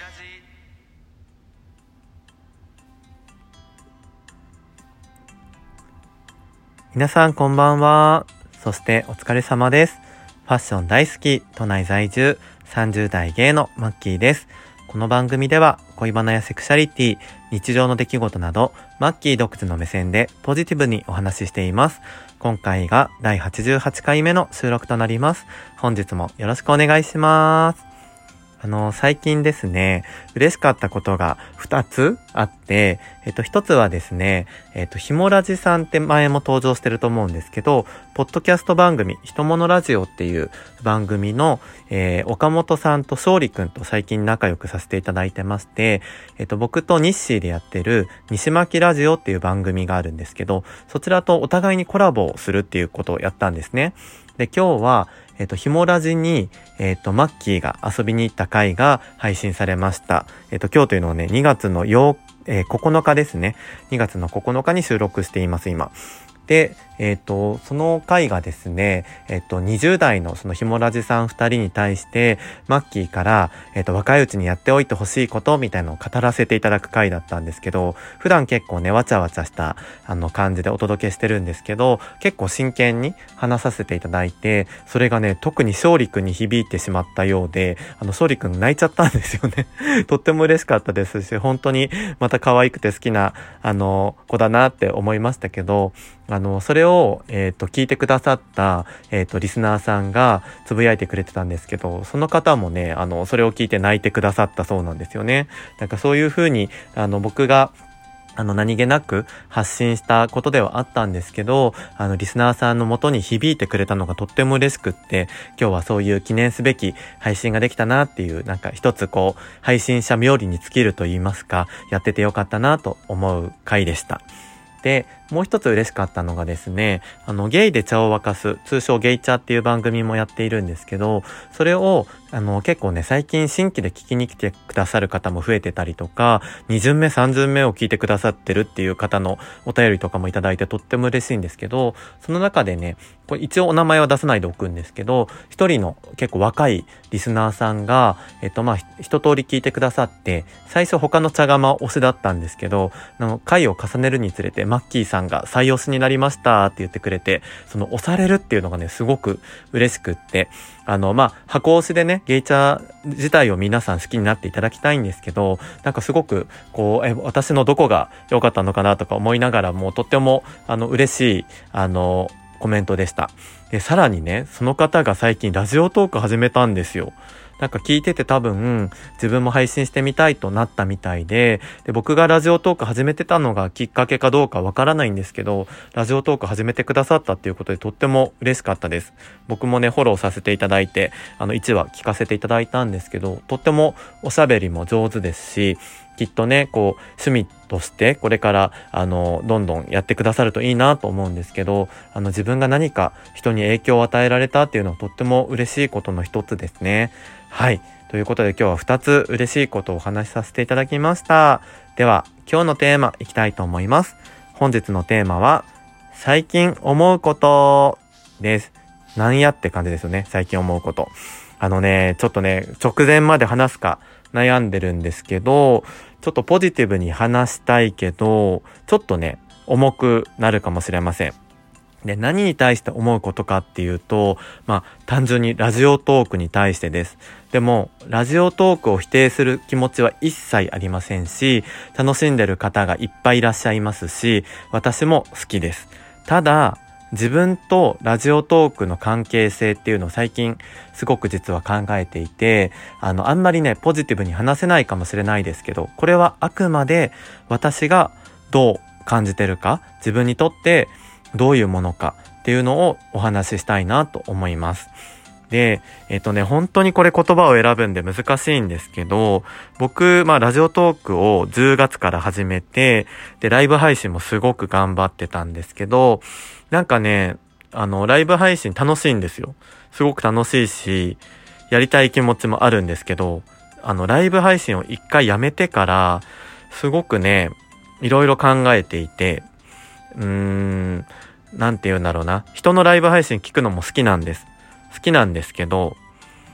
ラジ。皆さんこんばんは。そしてお疲れ様です。ファッション大好き、都内在住30代ゲイのマッキーです。この番組では恋バナやセクシャリティ、日常の出来事などマッキー独自の目線でポジティブにお話ししています。今回が第88回目の収録となります。本日もよろしくお願いします。最近ですね、嬉しかったことが2つあって、1つはですね、ひもラジさんって前も登場してると思うんですけど、ポッドキャスト番組、ひとものラジオっていう番組の、岡本さんと勝利くんと最近仲良くさせていただいてまして、僕とニッシーでやってる西巻ラジオっていう番組があるんですけど、そちらとお互いにコラボをするっていうことをやったんですね。で、今日は、ひもラジに、マッキーが遊びに行った回が配信されました。今日というのはね、2月の9日ですね。2月の9日に収録しています、今。で、その回がですね、20代のそのひもラジさん2人に対して、マッキーから、若いうちにやっておいてほしいことみたいなのを語らせていただく回だったんですけど、普段結構ね、わちゃわちゃした感じでお届けしてるんですけど、結構真剣に話させていただいて、それがね、特に勝利くんに響いてしまったようで、勝利くん泣いちゃったんですよね。とっても嬉しかったですし、本当にまた可愛くて好きな、子だなって思いましたけど、それを、聞いてくださった、リスナーさんがつぶやいてくれてたんですけど、その方もね、それを聞いて泣いてくださったそうなんですよね。なんかそういう風に、僕が何気なく発信したことではあったんですけど、リスナーさんの元に響いてくれたのがとっても嬉しくって、今日はそういう記念すべき配信ができたなっていう、なんか一つこう、配信者冥利に尽きると言いますか、やっててよかったなと思う回でした。で、もう一つ嬉しかったのがですね、ゲイで茶を沸かす、通称ゲイチャっていう番組もやっているんですけど、それを、結構ね、最近新規で聞きに来てくださる方も増えてたりとか、2巡目、3巡目を聞いてくださってるっていう方のお便りとかもいただいてとっても嬉しいんですけど、その中でね、これ一応お名前は出さないでおくんですけど、一人の結構若いリスナーさんが、一通り聞いてくださって、最初他の茶釜推しだったんですけど、回を重ねるにつれてマッキーさんが最推しになりましたって言ってくれて、その押されるっていうのがね、すごく嬉しくって、箱推しでね、ゲイチャ自体を皆さん好きになっていただきたいんですけど、なんかすごく、こう、私のどこが良かったのかなとか思いながらも、とっても、嬉しい、コメントでした。で、さらにね、その方が最近ラジオトーク始めたんですよ。なんか聞いてて多分自分も配信してみたいとなったみたいで、僕がラジオトーク始めてたのがきっかけかどうかわからないんですけど、ラジオトーク始めてくださったっていうことでとっても嬉しかったです。僕もね、フォローさせていただいて、1話聞かせていただいたんですけど、とってもおしゃべりも上手ですし、きっとね、こう趣味としてこれからどんどんやってくださるといいなと思うんですけど、自分が何か人に影響を与えられたっていうのはとっても嬉しいことの一つですね。はい。ということで今日は2つ嬉しいことをお話しさせていただきました。では今日のテーマいきたいと思います。本日のテーマは最近思うことです。なんやって感じですよね。最近思うこと。ちょっとね、直前まで話すか悩んでるんですけど、ちょっとポジティブに話したいけど、ちょっとね、重くなるかもしれません。で、何に対して思うことかっていうと、単純にラジオトークに対してです。でも、ラジオトークを否定する気持ちは一切ありませんし、楽しんでる方がいっぱいいらっしゃいますし、私も好きです。ただ、自分とラジオトークの関係性っていうのを最近すごく実は考えていて、あんまりね、ポジティブに話せないかもしれないですけど、これはあくまで私がどう感じてるか、自分にとってどういうものかっていうのをお話ししたいなと思います。で、本当にこれ言葉を選ぶんで難しいんですけど、僕、ラジオトークを10月から始めて、で、ライブ配信もすごく頑張ってたんですけど、なんかね、ライブ配信楽しいんですよ。すごく楽しいし、やりたい気持ちもあるんですけど、ライブ配信を一回やめてから、すごくね、いろいろ考えていて、なんて言うんだろうな。人のライブ配信聞くのも好きなんですけど、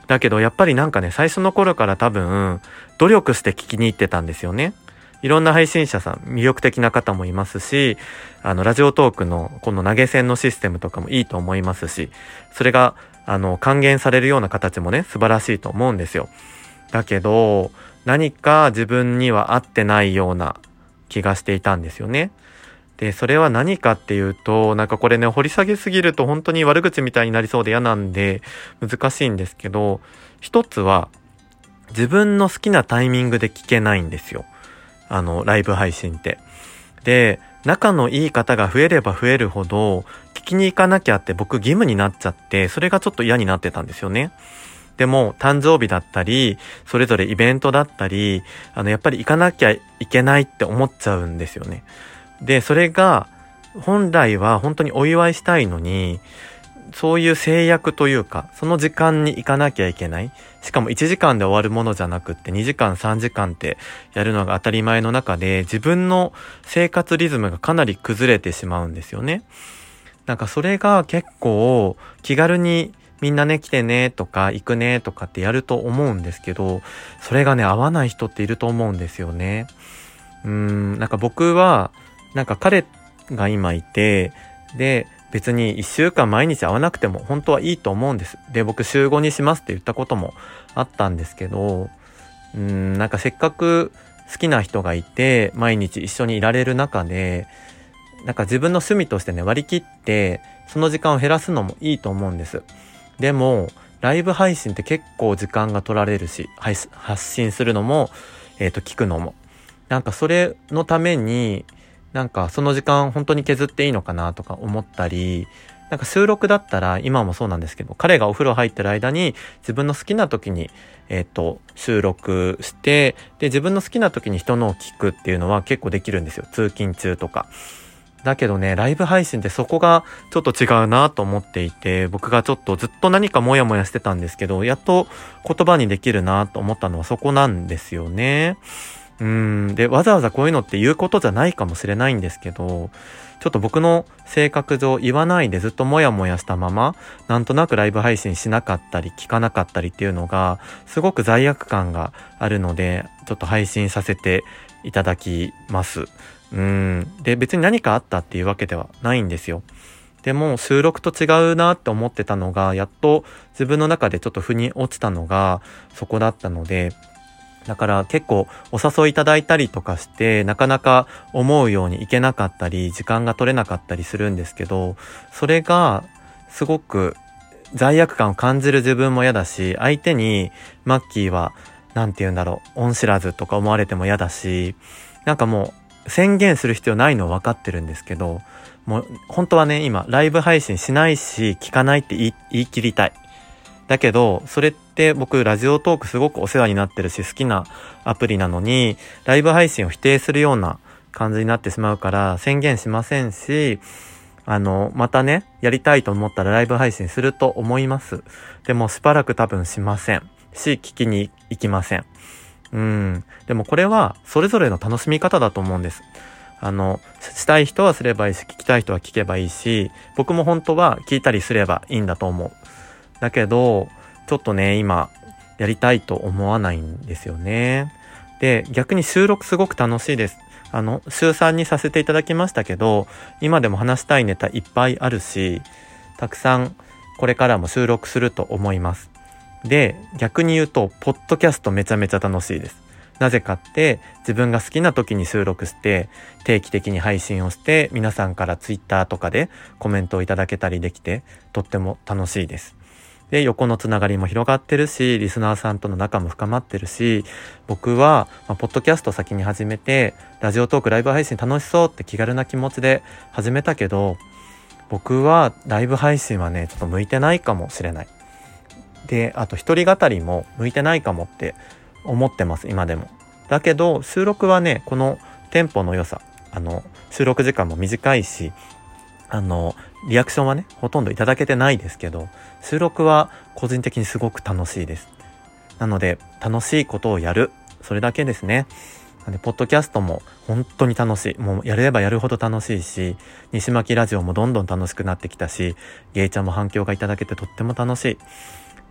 だけどやっぱりなんかね、最初の頃から多分努力して聞きに行ってたんですよね。いろんな配信者さん、魅力的な方もいますし、ラジオトークのこの投げ銭のシステムとかもいいと思いますし、それが還元されるような形もね、素晴らしいと思うんですよ。だけど何か自分には合ってないような気がしていたんですよね。で、それは何かっていうと、なんかこれね、掘り下げすぎると本当に悪口みたいになりそうで嫌なんで難しいんですけど、一つは自分の好きなタイミングで聞けないんですよ。ライブ配信って。で、仲のいい方が増えれば増えるほど聞きに行かなきゃって僕義務になっちゃって、それがちょっと嫌になってたんですよね。でも誕生日だったり、それぞれイベントだったり、やっぱり行かなきゃいけないって思っちゃうんですよね。で、それが本来は本当にお祝いしたいのに、そういう制約というか、その時間に行かなきゃいけない。しかも1時間で終わるものじゃなくって2時間3時間ってやるのが当たり前の中で、自分の生活リズムがかなり崩れてしまうんですよね。なんかそれが結構気軽にみんなね来てねとか行くねとかってやると思うんですけど、それがね合わない人っていると思うんですよね。なんか僕はなんか彼が今いて、で別に1週間毎日会わなくても本当はいいと思うんです。で僕週5にしますって言ったこともあったんですけど、なんかせっかく好きな人がいて毎日一緒にいられる中で、なんか自分の趣味としてね割り切ってその時間を減らすのもいいと思うんです。でもライブ配信って結構時間が取られるし、発信するのも聞くのも、なんかそれのためになんかその時間本当に削っていいのかなとか思ったり、なんか収録だったら今もそうなんですけど、彼がお風呂入ってる間に自分の好きな時に収録して、で自分の好きな時に人のを聞くっていうのは結構できるんですよ、通勤中とか。だけどね、ライブ配信ってそこがちょっと違うなと思っていて、僕がちょっとずっと何かモヤモヤしてたんですけど、やっと言葉にできるなと思ったのはそこなんですよね。で、わざわざこういうのって言うことじゃないかもしれないんですけど、ちょっと僕の性格上言わないでずっとモヤモヤしたまま、なんとなくライブ配信しなかったり聞かなかったりっていうのがすごく罪悪感があるので、ちょっと配信させていただきます。で、別に何かあったっていうわけではないんですよ。でも収録と違うなって思ってたのが、やっと自分の中でちょっと腑に落ちたのがそこだったので、だから結構お誘いいただいたりとかしてなかなか思うようにいけなかったり時間が取れなかったりするんですけど、それがすごく罪悪感を感じる自分も嫌だし、相手にマッキーはなんて言うんだろう、恩知らずとか思われても嫌だし、なんかもう宣言する必要ないの分かってるんですけど、もう本当はね今ライブ配信しないし聞かないって言い切りたい。だけどそれって僕ラジオトークすごくお世話になってるし好きなアプリなのに、ライブ配信を否定するような感じになってしまうから宣言しませんし、またねやりたいと思ったらライブ配信すると思います。でもしばらく多分しませんし聞きに行きません。でもこれはそれぞれの楽しみ方だと思うんです。したい人はすればいいし聞きたい人は聞けばいいし、僕も本当は聞いたりすればいいんだと思う。だけどちょっとね今やりたいと思わないんですよね。で逆に収録すごく楽しいです。週3にさせていただきましたけど、今でも話したいネタいっぱいあるし、たくさんこれからも収録すると思います。で逆に言うとポッドキャストめちゃめちゃ楽しいです。なぜかって自分が好きな時に収録して定期的に配信をして、皆さんからツイッターとかでコメントをいただけたりできてとっても楽しいです。で横のつながりも広がってるし、リスナーさんとの仲も深まってるし、僕は、ポッドキャスト先に始めてラジオトークライブ配信楽しそうって気軽な気持ちで始めたけど、僕はライブ配信はねちょっと向いてないかもしれない。であと一人語りも向いてないかもって思ってます今でも。だけど収録はねこのテンポの良さ、収録時間も短いし、リアクションはねほとんどいただけてないですけど、収録は個人的にすごく楽しいです。なので楽しいことをやる、それだけですね。ポッドキャストも本当に楽しい。もうやればやるほど楽しいし、西巻ラジオもどんどん楽しくなってきたし、ゲイちゃんも反響がいただけてとっても楽しい。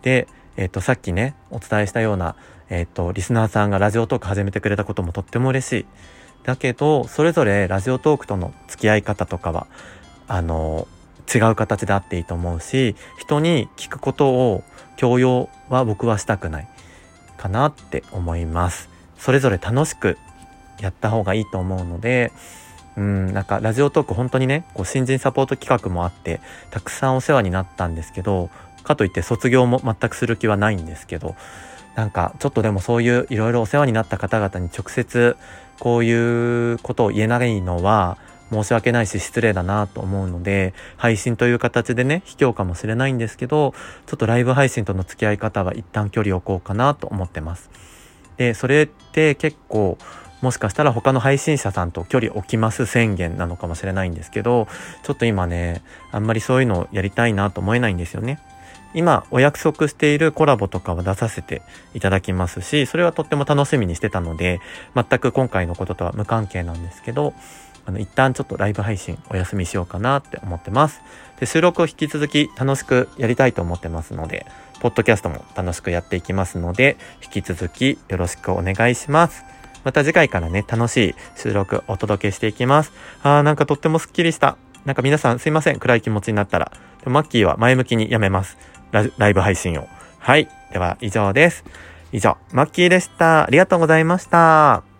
で、さっきねお伝えしたような、リスナーさんがラジオトーク始めてくれたこともとっても嬉しい。だけどそれぞれラジオトークとの付き合い方とかは違う形であっていいと思うし、人に聞くことを強要は僕はしたくないかなって思います。それぞれ楽しくやった方がいいと思うので、なんかラジオトーク本当にねこう新人サポート企画もあってたくさんお世話になったんですけど、かといって卒業も全くする気はないんですけど、なんかちょっとでもそういういろいろお世話になった方々に直接こういうことを言えないのは申し訳ないし失礼だなと思うので、配信という形でね卑怯かもしれないんですけど、ちょっとライブ配信との付き合い方は一旦距離を置こうかなと思ってます。でそれって結構もしかしたら他の配信者さんと距離置きます宣言なのかもしれないんですけど、ちょっと今ねあんまりそういうのをやりたいなと思えないんですよね。今お約束しているコラボとかは出させていただきますし、それはとっても楽しみにしてたので全く今回のこととは無関係なんですけど、一旦ちょっとライブ配信お休みしようかなって思ってます。で収録を引き続き楽しくやりたいと思ってますので、ポッドキャストも楽しくやっていきますので引き続きよろしくお願いします。また次回からね楽しい収録お届けしていきます。なんかとってもスッキリした。なんか皆さんすいません、暗い気持ちになったら。でマッキーは前向きにやめます。ライブ配信を。はい、では以上です。以上マッキーでした。ありがとうございました。